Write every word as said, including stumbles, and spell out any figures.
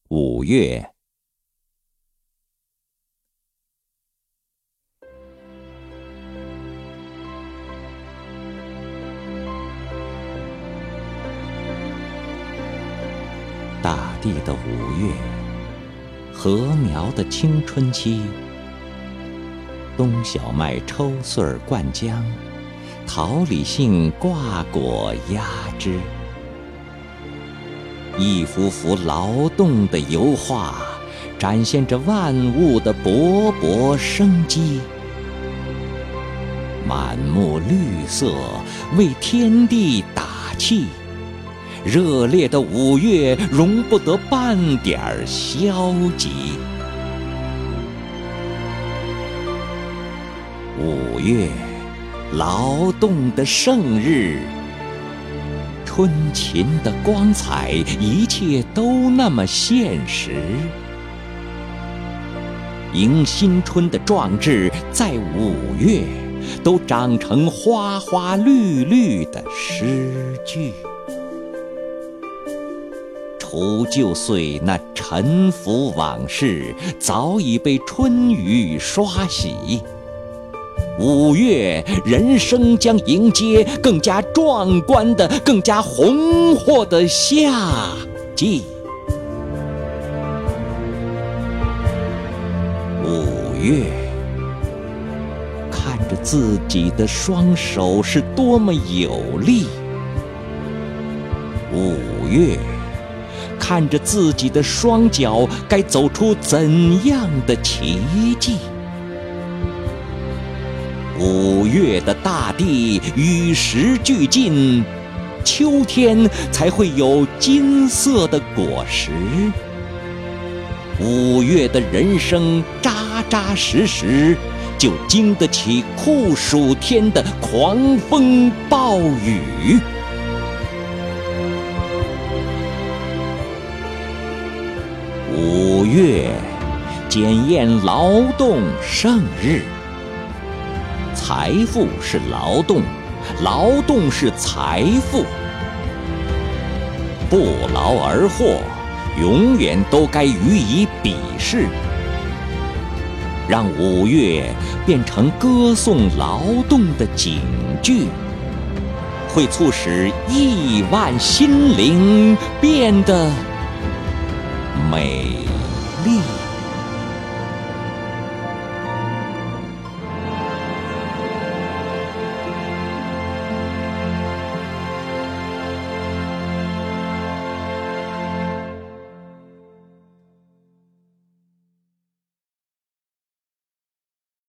五月，大地的五月，禾苗的青春期，冬小麦抽穗儿灌浆，桃李杏挂果压枝。一幅幅劳动的油画，展现着万物的勃勃生机。满目绿色，为天地打气。热烈的五月，容不得半点儿消极。五月，劳动的盛日。春勤的光彩，一切都那么现实。迎新春的壮志，在五月，都长成花花绿绿的诗句。除旧岁那沉浮往事，早已被春雨刷洗。五月，人生将迎接更加壮观的、更加红火的夏季。五月，看着自己的双手是多么有力；五月，看着自己的双脚该走出怎样的奇迹。五月的大地与时俱进，秋天才会有金色的果实。五月的人生扎扎实实，就经得起酷暑天的狂风暴雨。五月，检验劳动盛日。财富是劳动，劳动是财富。不劳而获，永远都该予以鄙视。让五月变成歌颂劳动的警句，会促使亿万心灵变得美丽。